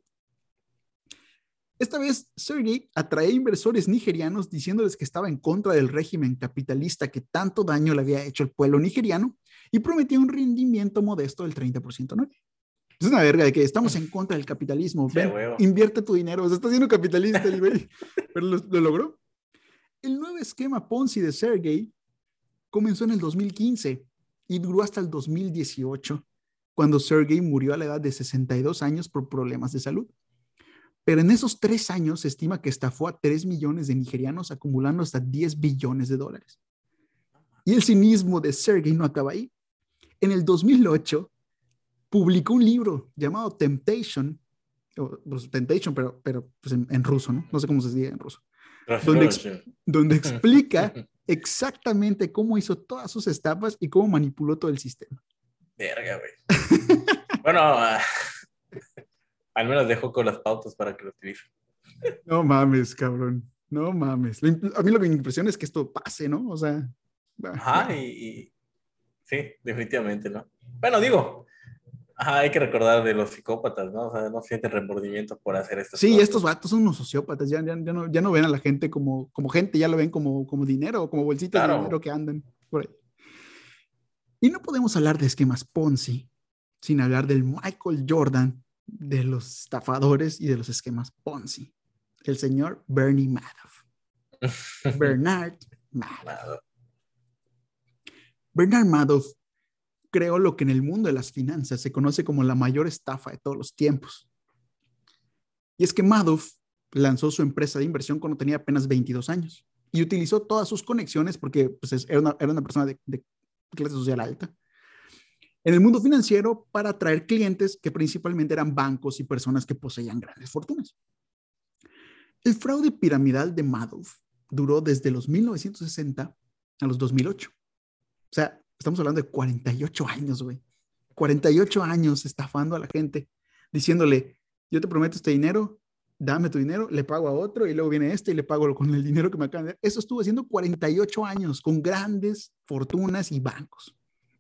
Speaker 1: Esta vez, Sergey atraía inversores nigerianos diciéndoles que estaba en contra del régimen capitalista que tanto daño le había hecho al pueblo nigeriano y prometía un rendimiento modesto del 30% anual. Es una verga de que estamos en contra del capitalismo.
Speaker 2: Sí,
Speaker 1: Ven,
Speaker 2: huevo.
Speaker 1: invierte tu dinero. O sea, está siendo capitalista el güey, pero lo logró. El nuevo esquema Ponzi de Sergey comenzó en el 2015 y duró hasta el 2018, cuando Sergey murió a la edad de 62 años por problemas de salud. Pero en esos 3 años se estima que estafó a 3 millones de nigerianos, acumulando hasta 10 billones de dólares. Y el cinismo de Sergey no acaba ahí. En el 2008 publicó un libro llamado Temptation, pues, Temptation, pero pues en ruso, ¿no? No sé cómo se dice en ruso. Donde explica exactamente cómo hizo todas sus estafas y cómo manipuló todo el sistema.
Speaker 2: Verga, güey. Bueno, al menos dejó con las pautas para que lo utilicen.
Speaker 1: No mames, cabrón. No mames. A mí lo que me impresiona es que esto pase, ¿no? O sea,
Speaker 2: Ajá,
Speaker 1: bueno.
Speaker 2: y sí, definitivamente, ¿no? Bueno, digo, ajá, hay que recordar de los psicópatas, ¿no? O sea, no sienten remordimiento por hacer estas
Speaker 1: Sí,
Speaker 2: cosas.
Speaker 1: estos vatos son unos sociópatas, ya no ven a la gente como gente, ya lo ven como dinero, como bolsitas de dinero
Speaker 2: Claro.
Speaker 1: que andan por ahí. Y no podemos hablar de esquemas Ponzi sin hablar del Michael Jordan, de los estafadores y de los esquemas Ponzi. El señor Bernie Madoff. Bernard Madoff.
Speaker 2: Nada.
Speaker 1: Bernard Madoff creó lo que en el mundo de las finanzas se conoce como la mayor estafa de todos los tiempos. Y es que Madoff lanzó su empresa de inversión cuando tenía apenas 22 años y utilizó todas sus conexiones porque pues, era una persona de clase social alta en el mundo financiero para atraer clientes que principalmente eran bancos y personas que poseían grandes fortunas. El fraude piramidal de Madoff duró desde los 1960 a los 2008. O sea, estamos hablando de 48 años, güey. 48 años estafando a la gente, diciéndole, yo te prometo este dinero, dame tu dinero, le pago a otro y luego viene este y le pago con el dinero que me acaban de dar. Eso estuvo haciendo 48 años con grandes fortunas y bancos.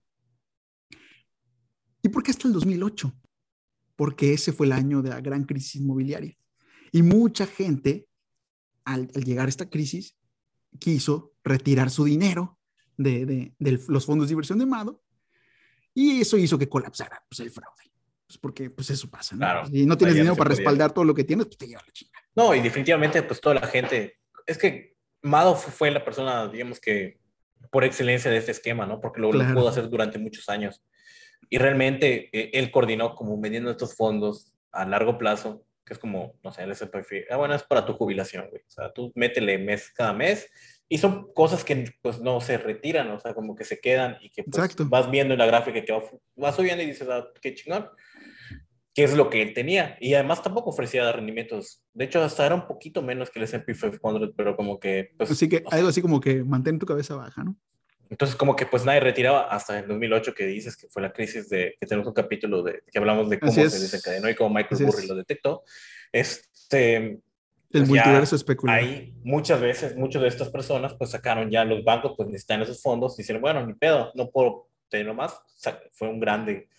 Speaker 1: ¿Y por qué hasta el 2008? Porque ese fue el año de la gran crisis inmobiliaria. Y mucha gente, al llegar a esta crisis, quiso retirar su dinero de los fondos de inversión de Mado y eso hizo que colapsara pues, el fraude. Pues porque pues eso pasa, ¿no?
Speaker 2: Claro.
Speaker 1: Si no
Speaker 2: O sea,
Speaker 1: tienes
Speaker 2: ya no
Speaker 1: dinero
Speaker 2: se
Speaker 1: para
Speaker 2: podía.
Speaker 1: respaldar todo lo que tienes, pues te lleva la chingada.
Speaker 2: No, y definitivamente, pues toda la gente. Es que Madoff fue la persona, digamos que por excelencia de este esquema, ¿no? Porque lo
Speaker 1: Claro.
Speaker 2: pudo hacer durante muchos años. Y realmente él coordinó como vendiendo estos fondos a largo plazo, que es como, no sé, el S&P, bueno, es para tu jubilación, güey. O sea, tú métele cada mes y son cosas que pues no se retiran, o sea, como que se quedan y que pues
Speaker 1: Exacto.
Speaker 2: vas viendo en la gráfica que va subiendo y dices, ah, qué chingón, que es lo que él tenía. Y además tampoco ofrecía rendimientos. De hecho, hasta era un poquito menos que el S&P 500, pero como que, pues,
Speaker 1: Así que
Speaker 2: o
Speaker 1: algo
Speaker 2: sea,
Speaker 1: así como que mantén tu cabeza baja, ¿no?
Speaker 2: entonces, como que pues nadie retiraba hasta el 2008 que dices que fue la crisis que tenemos un capítulo que hablamos de
Speaker 1: Así
Speaker 2: cómo se desencadenó y
Speaker 1: es.
Speaker 2: cómo Michael
Speaker 1: Así
Speaker 2: Burry lo
Speaker 1: es.
Speaker 2: detectó.
Speaker 1: El
Speaker 2: Pues
Speaker 1: multiverso
Speaker 2: ya
Speaker 1: especular.
Speaker 2: ahí muchas veces, muchas de estas personas pues sacaron ya los bancos, pues necesitan esos fondos y dijeron, bueno, ni pedo, no puedo tenerlo más. O sea, fue un grande,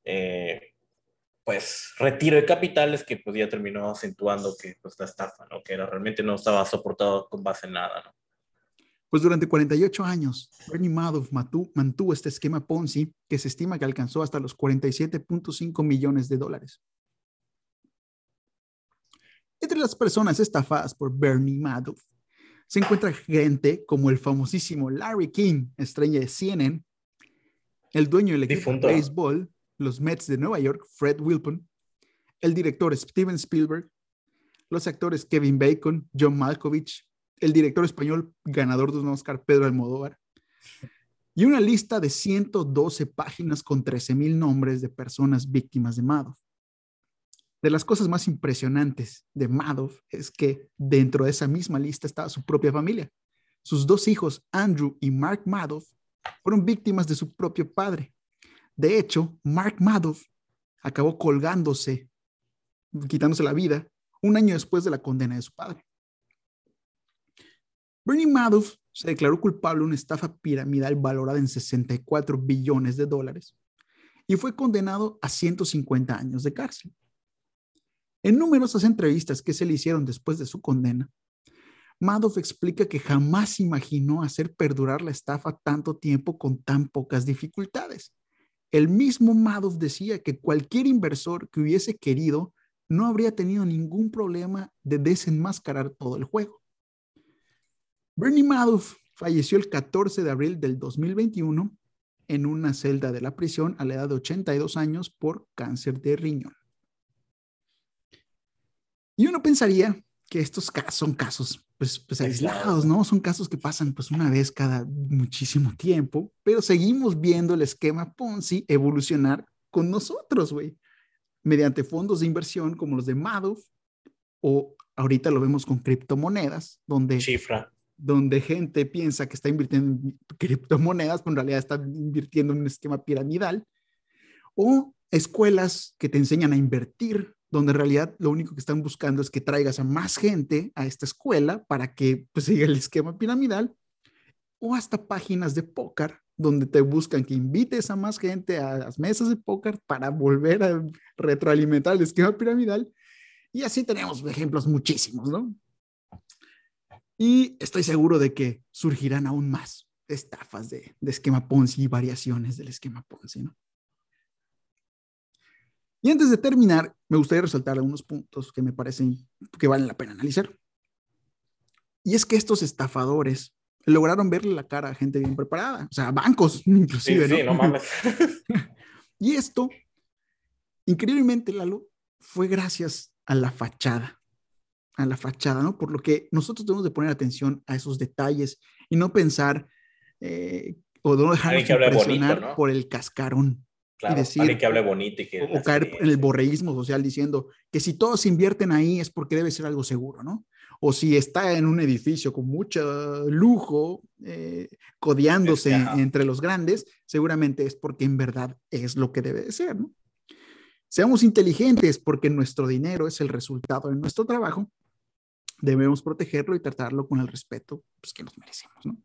Speaker 2: pues, retiro de capitales que pues ya terminó acentuando que pues la estafa, ¿no? Que era, realmente no estaba soportado con base en nada, ¿no?
Speaker 1: Pues durante 48 años, Bernie Madoff mantuvo este esquema Ponzi que se estima que alcanzó hasta los 47.5 millones de dólares. Entre las personas estafadas por Bernie Madoff se encuentra gente como el famosísimo Larry King, estrella de CNN, el dueño del equipo de
Speaker 2: Difunto.
Speaker 1: béisbol, los Mets de Nueva York, Fred Wilpon, el director Steven Spielberg, los actores Kevin Bacon, John Malkovich, el director español ganador de un Oscar, Pedro Almodóvar, y una lista de 112 páginas con 13,000 nombres de personas víctimas de Madoff. De las cosas más impresionantes de Madoff es que dentro de esa misma lista estaba su propia familia. Sus dos hijos, Andrew y Mark Madoff, fueron víctimas de su propio padre. De hecho, Mark Madoff acabó colgándose, quitándose la vida, un año después de la condena de su padre. Bernie Madoff se declaró culpable de una estafa piramidal valorada en 64 billones de dólares y fue condenado a 150 años de cárcel. En numerosas entrevistas que se le hicieron después de su condena, Madoff explica que jamás imaginó hacer perdurar la estafa tanto tiempo con tan pocas dificultades. El mismo Madoff decía que cualquier inversor que hubiese querido no habría tenido ningún problema de desenmascarar todo el juego. Bernie Madoff falleció el 14 de abril del 2021 en una celda de la prisión a la edad de 82 años por cáncer de riñón. Y uno pensaría que estos casos son casos pues aislados, ¿no? Son casos que pasan pues una vez cada muchísimo tiempo, pero seguimos viendo el esquema Ponzi evolucionar con nosotros, güey, mediante fondos de inversión como los de Madoff, o ahorita lo vemos con criptomonedas, donde gente piensa que está invirtiendo en criptomonedas, pero en realidad está invirtiendo en un esquema piramidal, o escuelas que te enseñan a invertir, donde en realidad lo único que están buscando es que traigas a más gente a esta escuela para que pues, siga el esquema piramidal, o hasta páginas de póker donde te buscan que invites a más gente a las mesas de póker para volver a retroalimentar el esquema piramidal. Y así tenemos ejemplos muchísimos, ¿no? Y estoy seguro de que surgirán aún más estafas de esquema Ponzi y variaciones del esquema Ponzi, ¿no? Y antes de terminar, me gustaría resaltar algunos puntos que me parecen que valen la pena analizar. Y es que estos estafadores lograron verle la cara a gente bien preparada, o sea, bancos inclusive,
Speaker 2: Sí,
Speaker 1: ¿no?
Speaker 2: no mames.
Speaker 1: Y esto, increíblemente, Lalo, fue gracias a la fachada, ¿no? Por lo que nosotros debemos de poner atención a esos detalles y no pensar o no dejarnos impresionar bonito, ¿no? Por el cascarón.
Speaker 2: Claro,
Speaker 1: y decir,
Speaker 2: alguien que hable bonito y que
Speaker 1: o caer en el borreísmo social diciendo que si todos invierten ahí es porque debe ser algo seguro, ¿no? O si está en un edificio con mucho lujo, codeándose entre los grandes, seguramente es porque en verdad es lo que debe de ser, ¿no? Seamos inteligentes porque nuestro dinero es el resultado de nuestro trabajo. Debemos protegerlo y tratarlo con el respeto pues, que nos merecemos, ¿no?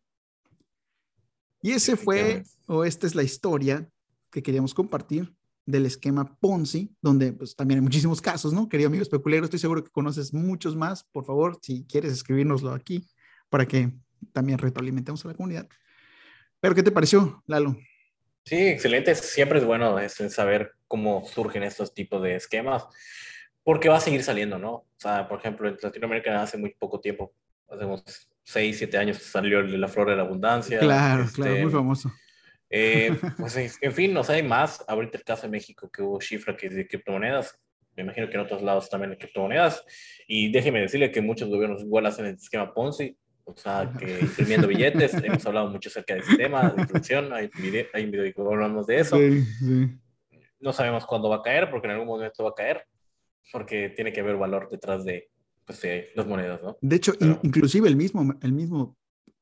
Speaker 1: Y ese fue, o esta es la historia que queríamos compartir del esquema Ponzi, donde pues también hay muchísimos casos, ¿no? Querido amigo especulero, estoy seguro que conoces muchos más. Por favor, si quieres escribirnoslo aquí para que también retroalimentemos a la comunidad. Pero, ¿qué te pareció, Lalo?
Speaker 2: Sí, excelente. Siempre es bueno saber cómo surgen estos tipos de esquemas, porque va a seguir saliendo, ¿no? O sea, por ejemplo, en Latinoamérica hace muy poco tiempo, hace unos 6, 7 años salió la Flor de la Abundancia.
Speaker 1: Claro, muy famoso.
Speaker 2: Pues en fin, no sé, hay más. Ahorita el caso de México que hubo cifra que es de criptomonedas. Me imagino que en otros lados también hay criptomonedas. Y déjeme decirle que muchos gobiernos igual hacen el esquema Ponzi, o sea, que imprimiendo billetes. Hemos hablado mucho acerca de ese tema, de inflación. Hay un video que hablamos de eso.
Speaker 1: Sí.
Speaker 2: No sabemos cuándo va a caer, porque en algún momento va a caer, porque tiene que haber valor detrás de pues, las monedas, ¿no?
Speaker 1: De hecho, inclusive el mismo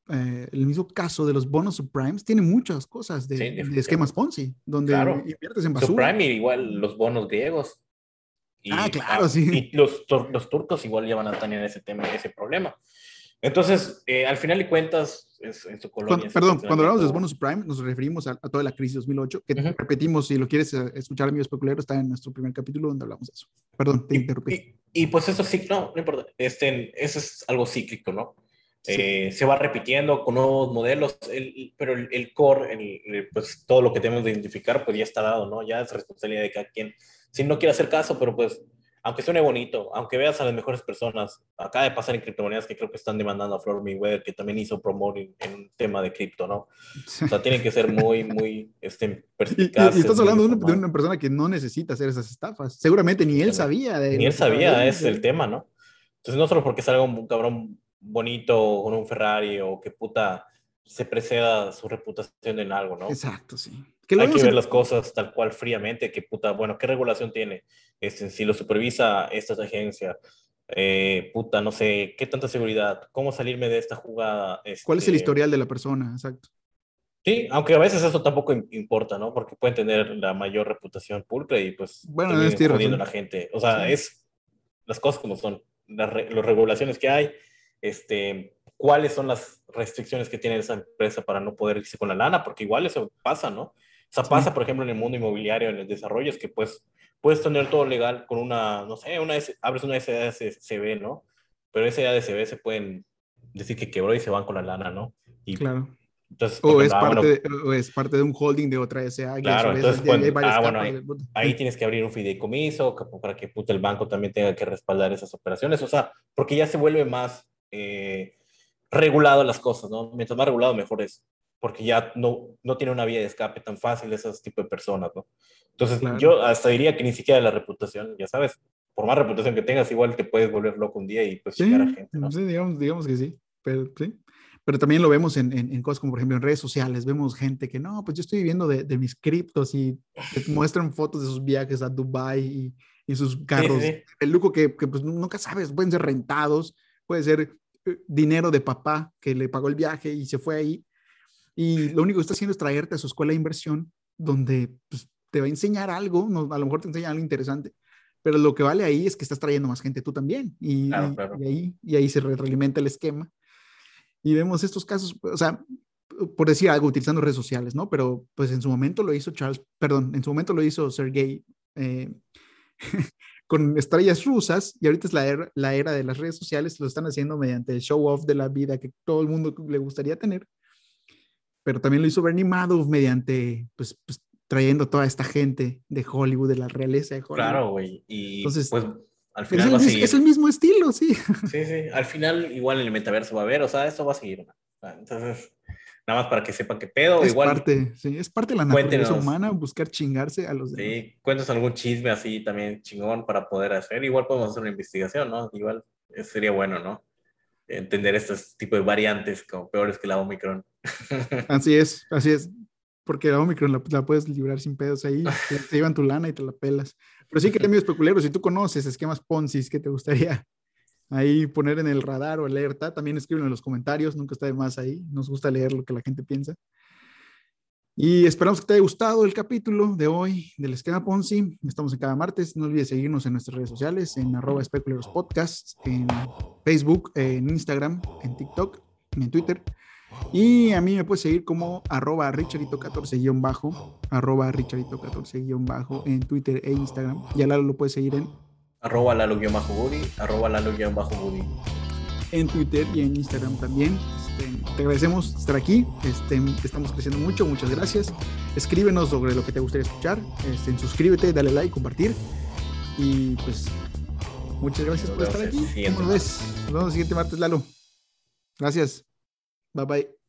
Speaker 1: caso de los bonos subprimes tiene muchas cosas de esquemas Ponzi, donde inviertes en basura.
Speaker 2: Subprime y igual los bonos griegos. Y,
Speaker 1: claro, sí.
Speaker 2: Y los turcos igual ya van a tener ese tema, ese problema. Entonces, al final de cuentas, en su colonia...
Speaker 1: Cuando hablamos de los bonos subprime, nos referimos a toda la crisis 2008, que repetimos, si lo quieres escuchar, amigo especulero, está en nuestro primer capítulo donde hablamos de eso. Perdón, te interrumpí.
Speaker 2: Y pues eso sí, no importa, eso es algo cíclico, ¿no? Sí. Se va repitiendo con nuevos modelos, pero el core, pues todo lo que tenemos de identificar, pues ya está dado, ¿no? Ya es responsabilidad de cada quien. Si no quiere hacer caso, pero pues aunque suene bonito, aunque veas a las mejores personas, acaba de pasar en criptomonedas que creo que están demandando a Floyd Mayweather, que también hizo promoting en un tema de cripto, ¿no? O sea, tienen que ser muy, muy
Speaker 1: Y
Speaker 2: perspicaces,
Speaker 1: estás
Speaker 2: muy
Speaker 1: hablando de
Speaker 2: informados.
Speaker 1: una persona que no necesita hacer esas estafas. Seguramente ni él
Speaker 2: Exactamente.
Speaker 1: sabía de
Speaker 2: Ni
Speaker 1: lo
Speaker 2: él
Speaker 1: que estaba
Speaker 2: sabía,
Speaker 1: viendo.
Speaker 2: es el tema, ¿no? Entonces, no solo porque salga un cabrón bonito con un Ferrari o que puta se preceda su reputación en algo, ¿no?
Speaker 1: Exacto, sí. Que lo
Speaker 2: Hay que
Speaker 1: vemos
Speaker 2: ver
Speaker 1: en...
Speaker 2: las cosas tal cual fríamente, que puta, bueno, ¿qué regulación tiene? Si lo supervisa esta agencia, puta, no sé, ¿qué tanta seguridad? ¿Cómo salirme de esta jugada?
Speaker 1: ¿Cuál es el historial de la persona? Exacto.
Speaker 2: Sí, aunque a veces eso tampoco importa, ¿no? Porque pueden tener la mayor reputación pulcra y pues
Speaker 1: Bueno, no
Speaker 2: terminen
Speaker 1: tienes
Speaker 2: jodiendo a la
Speaker 1: razón.
Speaker 2: gente. O
Speaker 1: Sí,
Speaker 2: sea, es las cosas como son, las regulaciones que hay, cuáles son las restricciones que tiene esa empresa para no poder irse con la lana, porque igual eso pasa, ¿no? O sea,
Speaker 1: sí,
Speaker 2: pasa, por ejemplo, en el mundo inmobiliario, en el desarrollo, es que pues puedes tener todo legal con una, no sé, abres una SADCB, ¿no? Pero esa SADCB se pueden decir que quebró y se van con la lana, ¿no? Y
Speaker 1: claro.
Speaker 2: entonces, por ejemplo, bueno,
Speaker 1: O es parte de un holding de otra SA, que a su
Speaker 2: claro,
Speaker 1: vez
Speaker 2: entonces,
Speaker 1: ya hay
Speaker 2: pues,
Speaker 1: varias
Speaker 2: bueno,
Speaker 1: capas.
Speaker 2: ahí, ahí
Speaker 1: Sí,
Speaker 2: tienes que abrir un fideicomiso para que puta, el banco también tenga que respaldar esas operaciones, o sea, porque ya se vuelve más regulado las cosas, ¿no? Mientras más regulado, mejor es, porque ya no tiene una vía de escape tan fácil esos tipos de personas, ¿no? Entonces,
Speaker 1: claro.
Speaker 2: yo hasta diría que ni siquiera la reputación, ya sabes, por más reputación que tengas, igual te puedes volver loco un día y pues chingar a
Speaker 1: Sí,
Speaker 2: gente, ¿no?
Speaker 1: sí, digamos que sí. Pero, sí. Pero también lo vemos en cosas como, por ejemplo, en redes sociales. Vemos gente que, no, pues yo estoy viviendo de mis criptos y te muestran fotos de sus viajes a Dubái y sus
Speaker 2: Sí, sí,
Speaker 1: carros.
Speaker 2: sí.
Speaker 1: El lujo que pues nunca sabes, pueden ser rentados, puede ser dinero de papá que le pagó el viaje y se fue ahí. Y lo único que está haciendo es traerte a su escuela de inversión, donde pues, te va a enseñar algo, no, a lo mejor te enseña algo interesante, pero lo que vale ahí es que estás trayendo más gente tú también,
Speaker 2: Claro, claro.
Speaker 1: y ahí se retroalimenta el esquema. Y vemos estos casos, o sea, por decir algo, utilizando redes sociales, ¿no? Pero pues en su momento lo hizo perdón, en su momento lo hizo Sergey eh, con estrellas rusas, y ahorita es la era de las redes sociales, lo están haciendo mediante el show off de la vida que todo el mundo le gustaría tener, pero también lo hizo Bernie Madoff mediante, pues trayendo toda esta gente de Hollywood, de la realeza de Hollywood.
Speaker 2: Claro, güey. Y
Speaker 1: Entonces,
Speaker 2: pues al final va a
Speaker 1: es el
Speaker 2: seguir.
Speaker 1: mismo estilo, sí.
Speaker 2: Sí, sí, al final igual en el metaverso va a haber, o sea, eso va a seguir, ¿no? Entonces, nada más para que sepan qué pedo, igual
Speaker 1: Sí, es parte de la naturaleza
Speaker 2: cuéntenos,
Speaker 1: humana buscar chingarse a los demás.
Speaker 2: sí, cuéntenos algún chisme así también chingón para poder hacer, igual podemos hacer una investigación, ¿no? Igual sería bueno, ¿no? Entender estos tipos de variantes como peores que la Omicron.
Speaker 1: Así es, porque la Omicron la puedes librar sin pedos ahí, te llevan tu lana y te la pelas. Pero sí que amigos peculeros, si tú conoces esquemas Ponzi que te gustaría ahí poner en el radar o alerta, también escríbelo en los comentarios, nunca está de más ahí, nos gusta leer lo que la gente piensa. Y esperamos que te haya gustado el capítulo de hoy del esquema Ponzi. Estamos en cada martes. No olvides seguirnos en nuestras redes sociales, en @especulerospodcast, en Facebook, en Instagram, en TikTok, en Twitter. Y a mí me puedes seguir como @richarito14-bajo, @richarito14- en Twitter e Instagram. Y a Lalo lo puedes seguir
Speaker 2: Arroba Lalo-Woody, arroba Lalo-Woody.
Speaker 1: en Twitter y en Instagram también. Te agradecemos estar aquí. Estamos creciendo mucho. Muchas gracias. Escríbenos sobre lo que te gustaría escuchar. Suscríbete, dale like, compartir. Y pues muchas gracias por estar aquí. ¿Cómo lo ves? Nos vemos el siguiente martes, Lalo. Gracias. Bye bye.